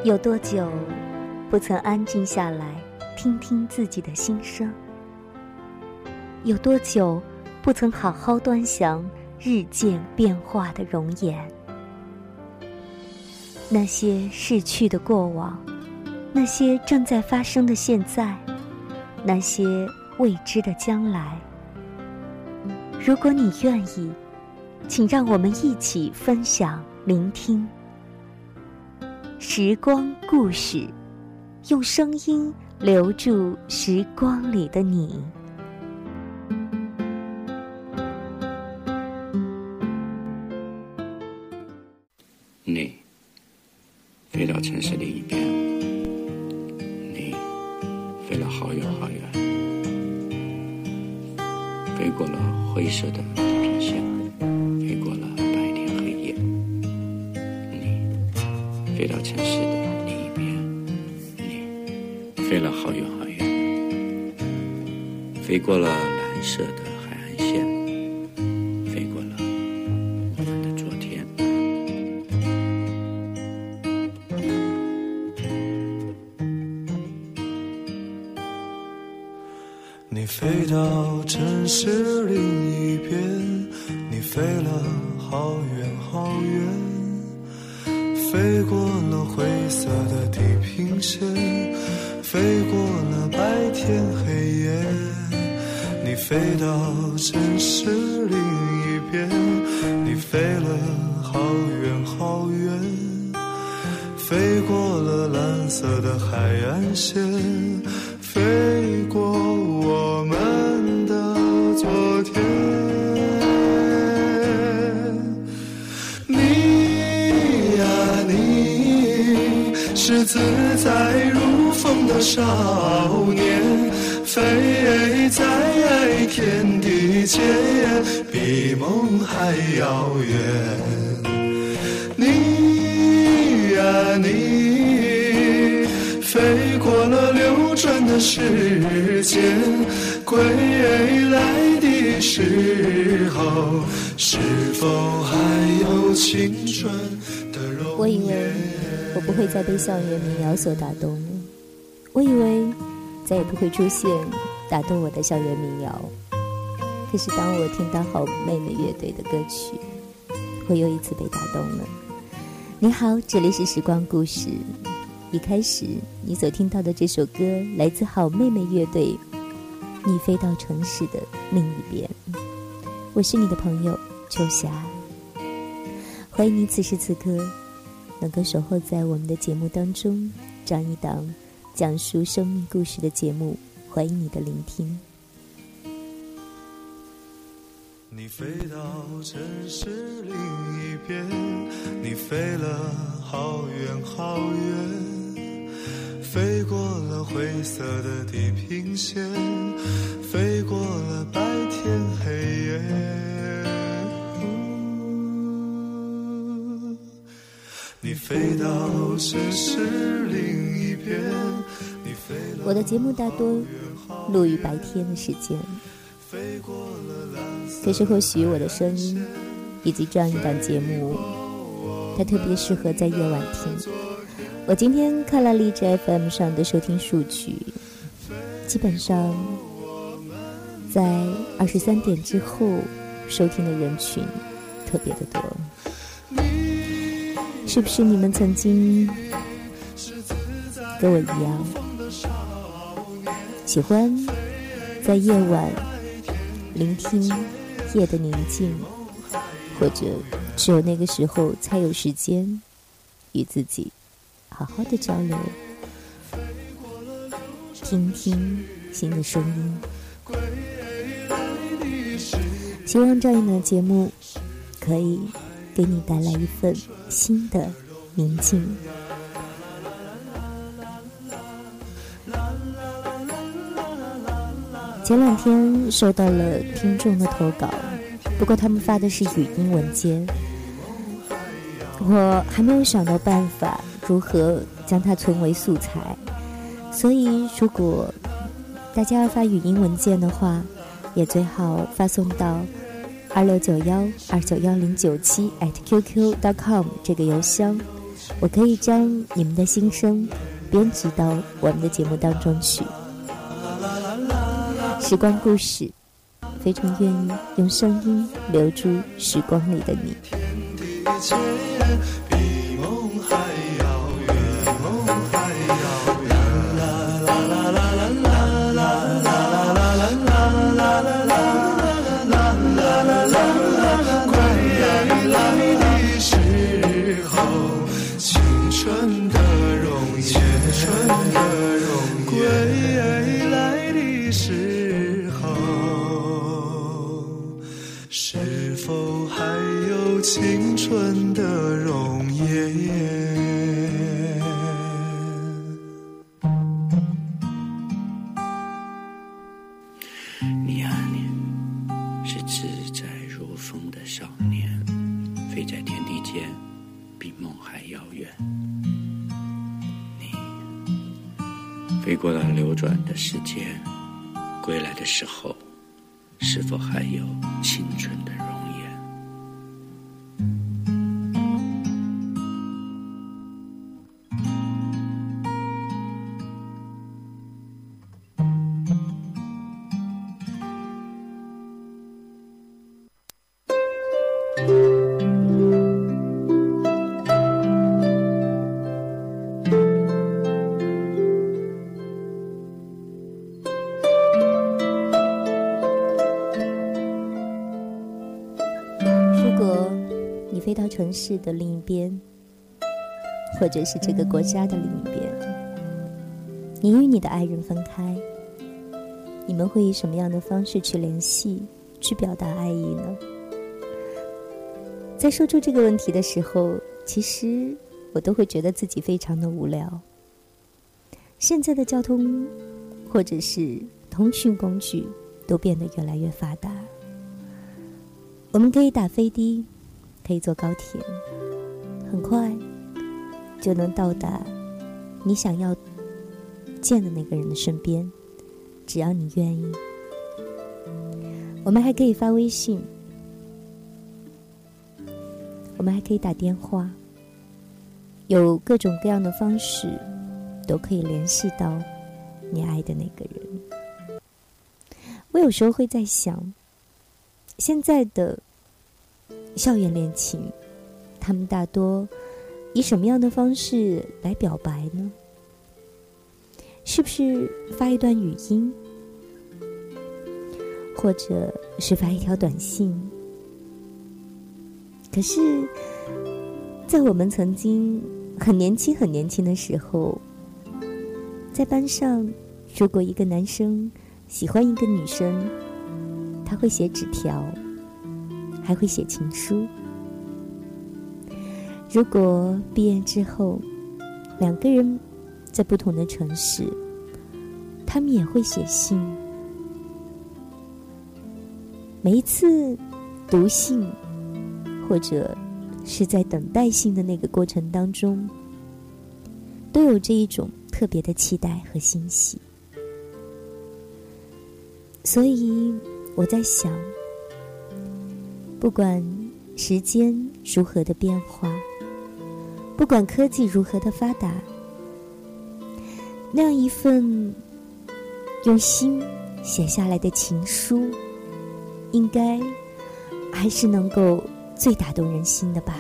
有多久不曾安静下来听听自己的心声？有多久不曾好好端详日渐变化的容颜？那些逝去的过往，那些正在发生的现在，那些未知的将来。如果你愿意，请让我们一起分享聆听时光故事，用声音留住时光里的你。 你飞到城市另一边，你飞了好远好远，飞过了灰色的地平线，飞过了白天黑夜。你飞到城市的另一边，你飞了好远好远，飞过了蓝色的海岸线，飞过了我们的昨天。 你飞到城市另一边，你飞了好远好远，飞过了灰色的地平线，飞过了白天黑夜。你飞到城市另一边，你飞了好远好远，飞过了蓝色的海岸线，飞过我们的昨天。你呀你，是自在如风的少年，飞在天地间，比梦还遥远。你呀你，飞过了流转的时间，归来的时候，是否还有青春的容颜？ 我以为我不会再被校园民谣所打动了，我以为再也不会出现打动我的校园民谣。可是当我听到好妹妹乐队的歌曲，我又一次被打动了。你好，这里是时光故事。一开始你所听到的这首歌来自好妹妹乐队，你飞到城市的另一边。我是你的朋友秋霞，欢迎你此时此刻能够守候在我们的节目当中，这样一档讲述生命故事的节目，欢迎你的聆听。 你飞到城市另一边，你飞了好远好远，飞过了灰色的地平线，飞过了白天黑夜。你飞到城市另一边，你飞了。 我的节目大多录于白天的时间，可是或许我的声音以及这样一档节目，它特别适合在夜晚听。我今天看了荔枝 FM 上的收听数据，基本上在23点之后收听的人群特别的多。是不是你们曾经跟我一样，喜欢在夜晚聆听夜的宁静，或者只有那个时候才有时间与自己好好的交流，听听新的声音。希望这样的节目可以给你带来一份新的宁静。前两天收到了听众的投稿，不过他们发的是语音文件，我还没有想到办法如何将它存为素材，所以如果大家要发语音文件的话，也最好发送到2691291097@qq.com 这个邮箱， 我可以将你们的心声编辑到我们的节目当中去。时光故事，非常愿意用声音留住时光里的你。 比梦还遥远，梦还遥远。啦啦啦啦啦啦啦啦啦啦啦啦啦，归来的时候，青春的容颜，归来的时候，是否还有青春的容颜？ 你啊你，是自在如风的少年，飞在天地间，比梦还遥远。你飞过了流转的时间，归来的时候，是否还有青春的容颜？ 飞到城市的另一边，或者是这个国家的另一边，你与你的爱人分开，你们会以什么样的方式去联系，去表达爱意呢？在说出这个问题的时候，其实我都会觉得自己非常的无聊。现在的交通或者是通讯工具都变得越来越发达，我们可以打飞的，可以坐高铁，很快就能到达你想要见的那个人的身边，只要你愿意。我们还可以发微信，我们还可以打电话，有各种各样的方式都可以联系到你爱的那个人。我有时候会在想，现在的校园恋情，他们大多以什么样的方式来表白呢？是不是发一段语音，或者是发一条短信？可是在我们曾经很年轻的时候，在班上，如果一个男生喜欢一个女生，他会写纸条，还会写情书。如果毕业之后，两个人在不同的城市，他们也会写信。每一次读信，或者是在等待信的那个过程当中，都有这一种特别的期待和欣喜。所以我在想，不管时间如何的变化，不管科技如何的发达，那样一份用心写下来的情书，应该还是能够最打动人心的吧。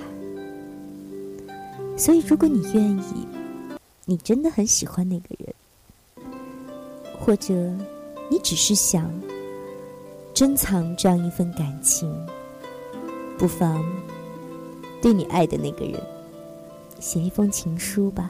所以如果你愿意，你真的很喜欢那个人，或者你只是想珍藏这样一份感情，不妨对你爱的那个人写一封情书吧。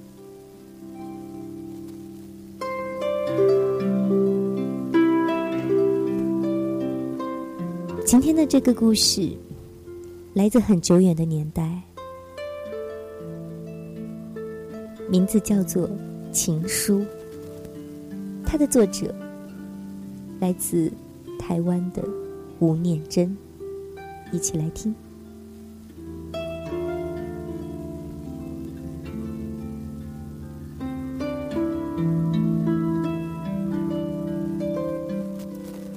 今天的这个故事来自很久远的年代，名字叫做《情书》，它的作者来自台湾的吴念真，一起来听。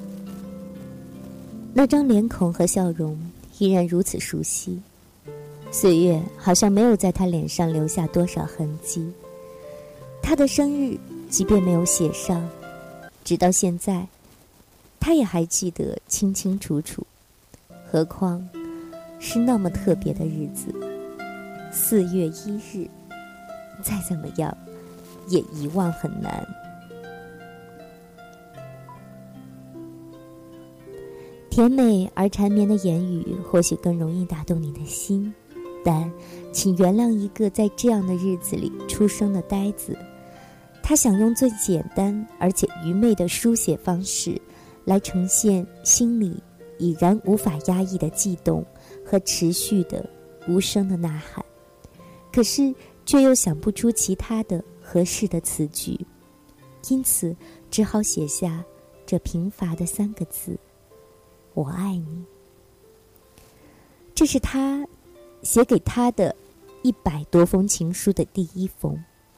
那张脸孔和笑容依然如此熟悉， 岁月好像没有在他脸上留下多少痕迹。他的生日即便没有写上，直到现在他也还记得清清楚楚，何况是那么特别的日子，4月1日，再怎么样也遗忘很难。甜美而缠绵的言语或许更容易打动你的心，但请原谅一个在这样的日子里出生的呆子，他想用最简单而且愚昧的书写方式来呈现心里已然无法压抑的悸动和持续的无声的呐喊，可是却又想不出其他的合适的词句，因此只好写下这贫乏的3个字：我爱你。这是他写给他的100多封情书的第1封。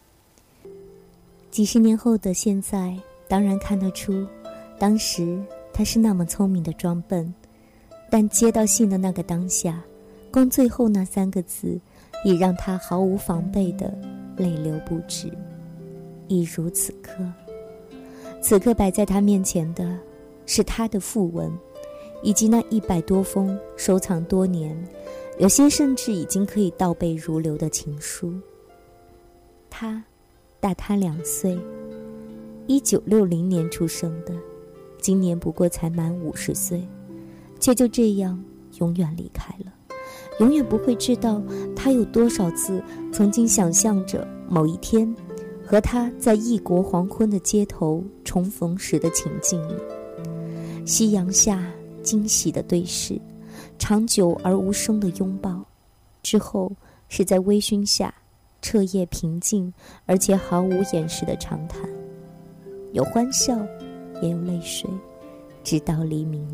几十年后的现在，当然看得出当时他是那么聪明的装笨，但接到信的那个当下，光最后那3个字已让他毫无防备的泪流不止。一如此刻摆在他面前的是他的讣文，以及那100多封收藏多年，有些甚至已经可以倒背如流的情书。他大他2岁，1960年出生的，今年不过才满50岁，却就这样永远离开了，永远不会知道他有多少次曾经想象着某一天和他在异国黄昏的街头重逢时的情境里，夕阳下惊喜的对视，长久而无声的拥抱，之后是在微醺下彻夜平静而且毫无掩饰的长谈，有欢笑也有泪水，直到黎明。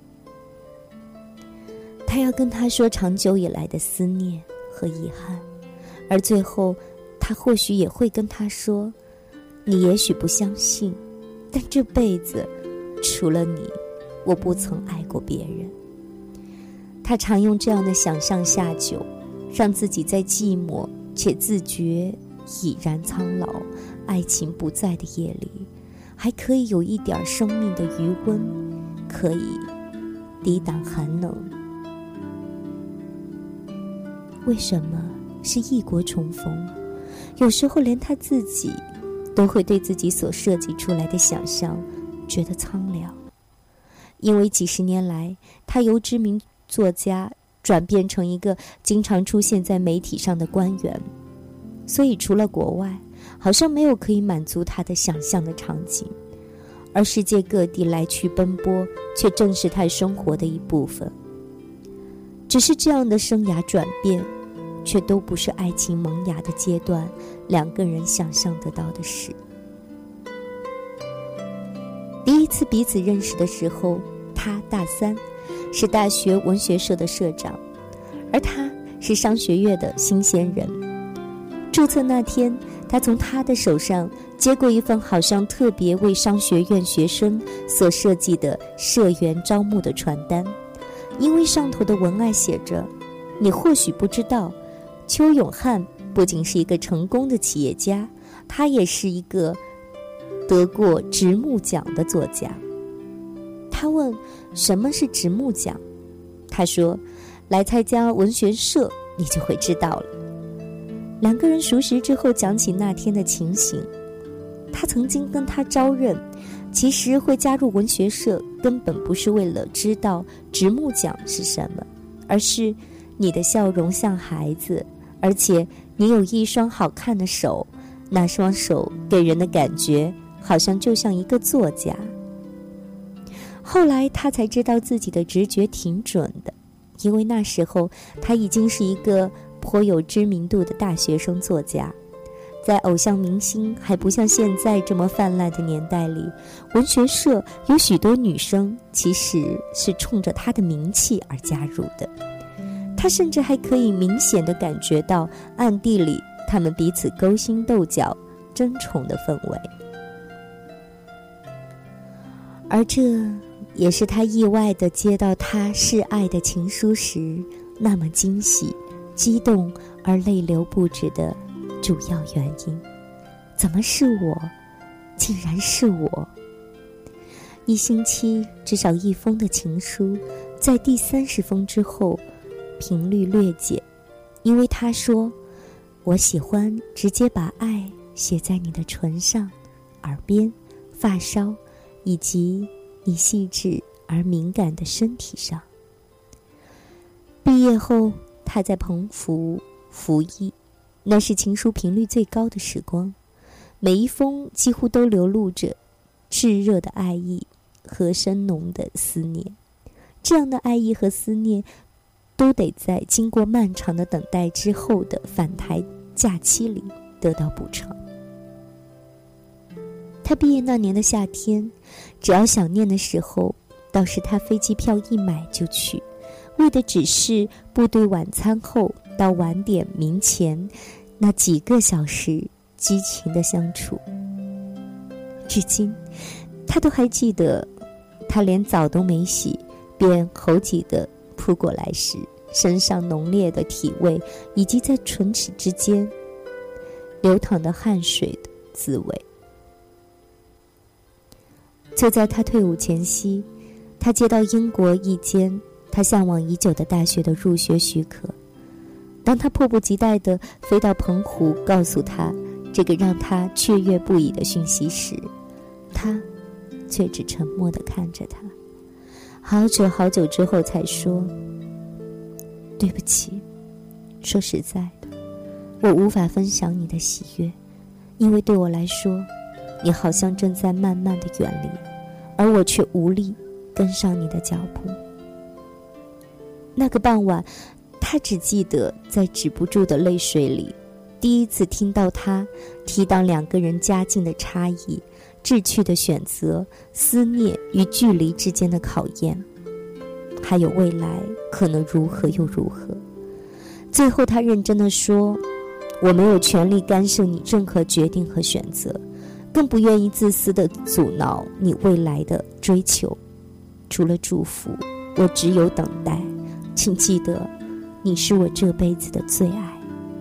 他要跟他说长久以来的思念和遗憾，而最后他或许也会跟他说，你也许不相信，但这辈子除了你，我不曾爱过别人。他常用这样的想象下酒，让自己在寂寞且自觉已然苍老，爱情不在的夜里，还可以有一点生命的余温，可以抵挡寒冷。为什么是异国重逢？有时候连他自己都会对自己所设计出来的想象觉得苍凉，因为几十年来，他由知名作家转变成一个经常出现在媒体上的官员，所以除了国外，好像没有可以满足他的想象的场景，而世界各地来去奔波，却正是他生活的一部分。只是这样的生涯转变，却都不是爱情萌芽的阶段2个人想象得到的事。第一次彼此认识的时候，他大3，是大学文学社的社长，而他是商学院的新鲜人。注册那天，他从他的手上接过一份好像特别为商学院学生所设计的社员招募的传单，因为上头的文案写着，你或许不知道，邱永汉不仅是一个成功的企业家，他也是一个得过直木奖的作家。他问什么是直木奖，他说来参加文学社你就会知道了。2个人熟识之后讲起那天的情形，他曾经跟他招认，其实会加入文学社根本不是为了知道直木奖是什么，而是你的笑容像孩子，而且你有一双好看的手，那双手给人的感觉好像就像一个作家。后来他才知道自己的直觉挺准的，因为那时候他已经是一个颇有知名度的大学生作家。在偶像明星还不像现在这么泛滥的年代里，文学社有许多女生其实是冲着他的名气而加入的。他甚至还可以明显地感觉到暗地里他们彼此勾心斗角争宠的氛围，而这也是他意外地接到他示爱的情书时那么惊喜激动而泪流不止的主要原因。怎么是我？竟然是我！1星期至少1封的情书，在第30封之后频率略减，因为他说，我喜欢直接把爱写在你的唇上、耳边、发梢，以及你细致而敏感的身体上。毕业后，他在澎湖服役，那是情书频率最高的时光，每一封几乎都流露着炙热的爱意和深浓的思念。这样的爱意和思念都得在经过漫长的等待之后的返台假期里得到补偿。他毕业那年的夏天，只要想念的时候，倒是他飞机票一买就去，为的只是部队晚餐后到晚点鸣前那几个小时激情的相处。至今他都还记得，他连澡都没洗便猴急地扑过来时，身上浓烈的体味，以及在唇齿之间流淌的汗水的滋味。就在他退伍前夕，他接到英国一间他向往已久的大学的入学许可。当他迫不及待地飞到澎湖告诉他这个让他雀跃不已的讯息时，他却只沉默地看着他，好久好久之后才说，对不起，说实在的，我无法分享你的喜悦，因为对我来说，你好像正在慢慢地远离，而我却无力跟上你的脚步。那个傍晚，他只记得在止不住的泪水里，第一次听到他提到2个人家境的差异、志趣的选择、思念与距离之间的考验，还有未来可能如何又如何。最后他认真地说，我没有权利干涉你任何决定和选择，更不愿意自私地阻挠你未来的追求。除了祝福，我只有等待。请记得，你是我这辈子的最爱。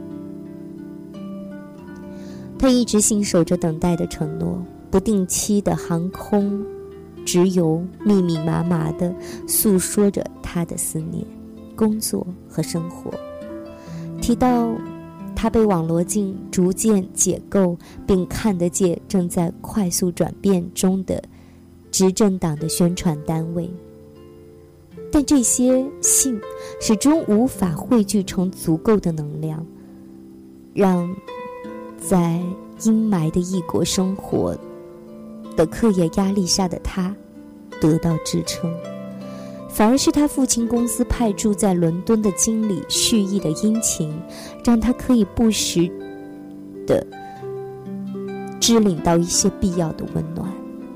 他一直信守着等待的承诺，不定期的航空直邮密密麻麻地诉说着他的思念、工作和生活。提到他被网罗进逐渐解构并看得见正在快速转变中的执政党的宣传单位，但这些信始终无法汇聚成足够的能量，让在阴霾的异国生活的课业压力下的他得到支撑，反而是他父亲公司派驻在伦敦的经理蓄意的殷勤，让他可以不时的支领到一些必要的温暖。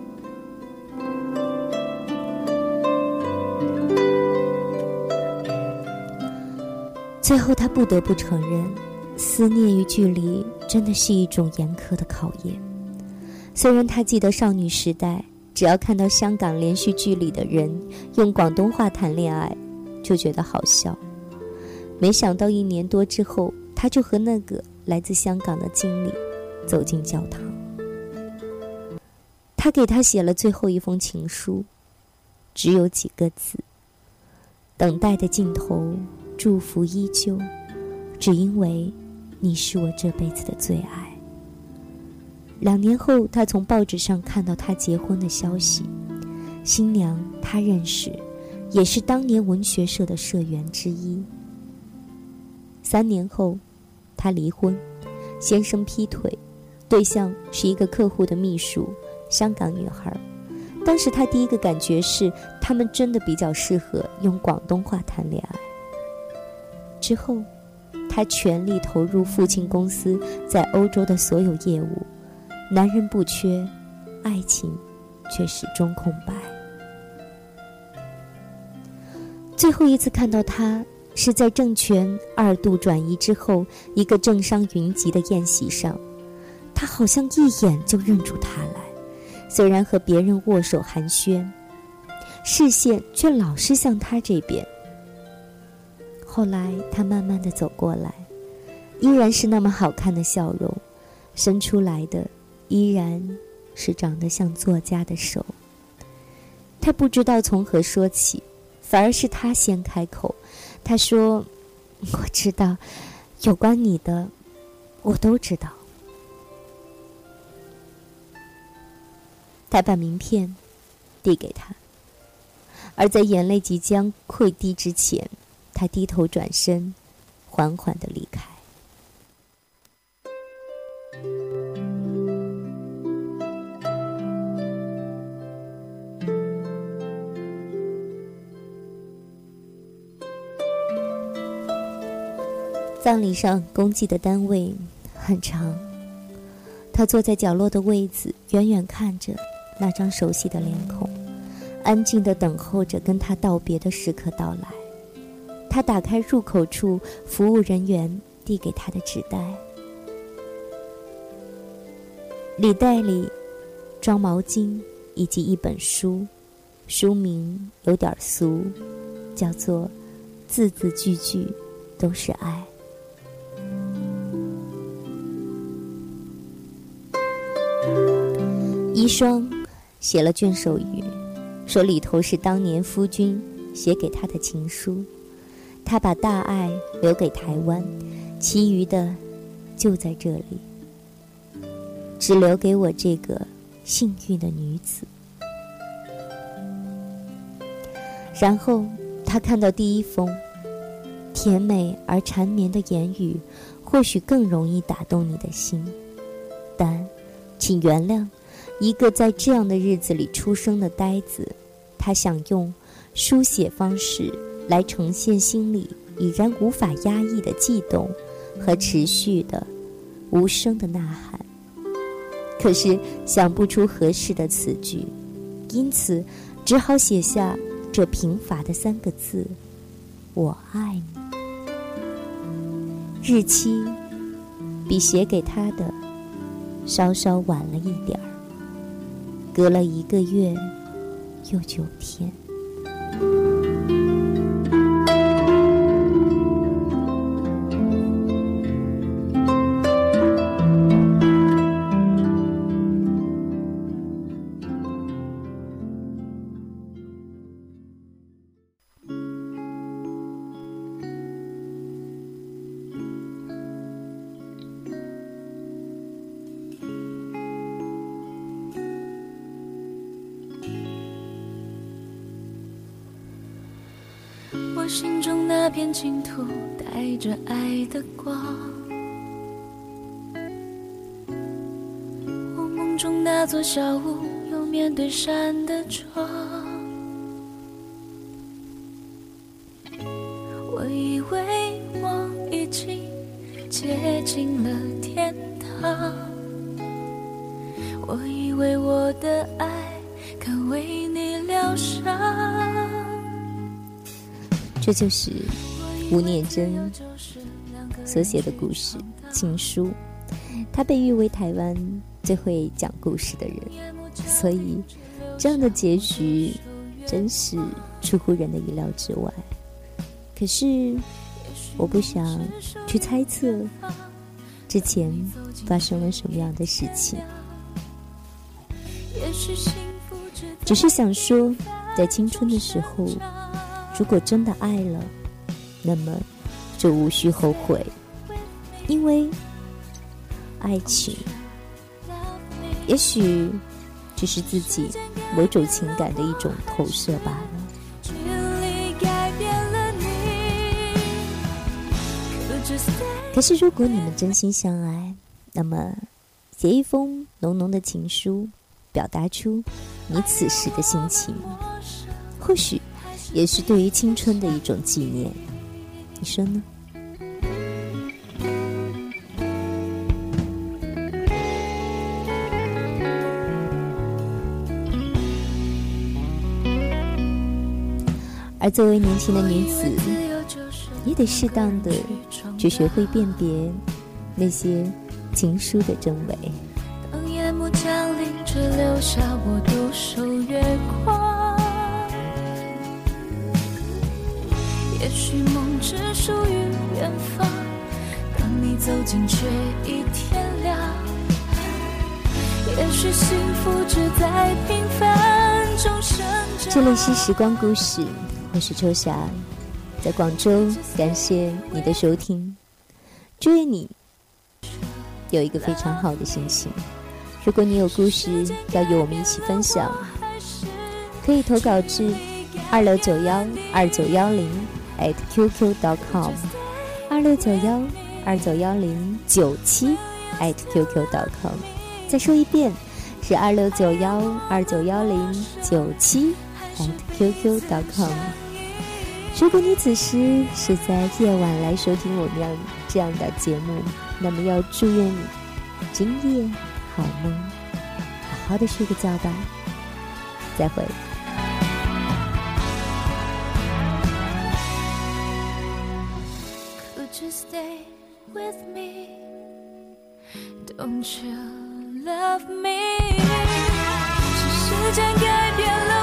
最后他不得不承认，思念与距离真的是一种严苛的考验。虽然他记得少女时代，只要看到香港连续剧里的人用广东话谈恋爱，就觉得好笑。没想到1年多之后，他就和那个来自香港的经理走进教堂。他给他写了最后一封情书，只有几个字：等待的尽头，祝福依旧，只因为你是我这辈子的最爱。2年后，他从报纸上看到他结婚的消息，新娘他认识，也是当年文学社的社员之一。3年后，他离婚，先生劈腿，对象是一个客户的秘书，香港女孩。当时他第一个感觉是，他们真的比较适合用广东话谈恋爱。之后，他全力投入父亲公司在欧洲的所有业务，男人不缺，爱情却始终空白。最后一次看到他，是在政权2度转移之后，一个政商云集的宴席上，他好像一眼就认出他来，虽然和别人握手寒暄，视线却老是向他这边。 后来他慢慢地走过来，依然是那么好看的笑容，伸出来的依然是长得像作家的手。他不知道从何说起，反而是他先开口。他说，我知道，有关你的我都知道。他把名片递给他，而在眼泪即将溃堤之前，他低头转身，缓缓地离开。葬礼上公祭的单位很长，他坐在角落的位子，远远看着那张熟悉的脸孔，安静地等候着跟他道别的时刻到来。他打开入口处服务人员递给他的纸袋，礼袋里装毛巾以及一本书，书名有点俗，叫做《字字句句都是爱》。遗孀写了卷首语，说里头是当年夫君写给他的情书，他把大爱留给台湾，其余的就在这里，只留给我这个幸运的女子。然后他看到第一封，甜美而缠绵的言语或许更容易打动你的心，但请原谅一个在这样的日子里出生的呆子，他想用书写方式来呈现心里已然无法压抑的悸动和持续的无声的呐喊，可是想不出合适的词句，因此只好写下这贫乏的3个字：我爱你。日期比写给他的稍稍晚了一点儿，隔了1个月又9天。 我心中那片净土带着爱的光，我梦中那座小屋有面对山的窗，我以为我已经接近了天堂，我以为我的爱可为你疗伤。 这就是吴念真所写的故事《情书》，他被誉为台湾最会讲故事的人，所以这样的结局真是出乎人的意料之外。可是我不想去猜测之前发生了什么样的事情，只是想说，在青春的时候，如果真的爱了，那么就无需后悔，因为爱情也许只是自己某种情感的一种投射罢了。可是如果你们真心相爱，那么写一封浓浓的情书，表达出你此时的心情，或许也是对于青春的一种纪念，你说呢？而作为年轻的女子，也得适当的去学会辨别那些情书的真伪。 当夜幕降临，只留下我独守月光， 也许梦只属于远方，当你走近却已天亮。也许幸福只在平凡中生长。 这里是时光故事，我是秋霞，在广州，感谢你的收听，祝愿你有一个非常好的心情。如果你有故事要与我们一起分享，可以投稿至26912910@qq.com 2691291097@qq.com。 再说一遍，是2691291097@qq.com。 如果你此时是在夜晚来收听我们这样的节目，那么要祝愿你今夜好梦，好好的睡个觉吧，再会。 Could you stay with me? Don't you love me? 是时间改变了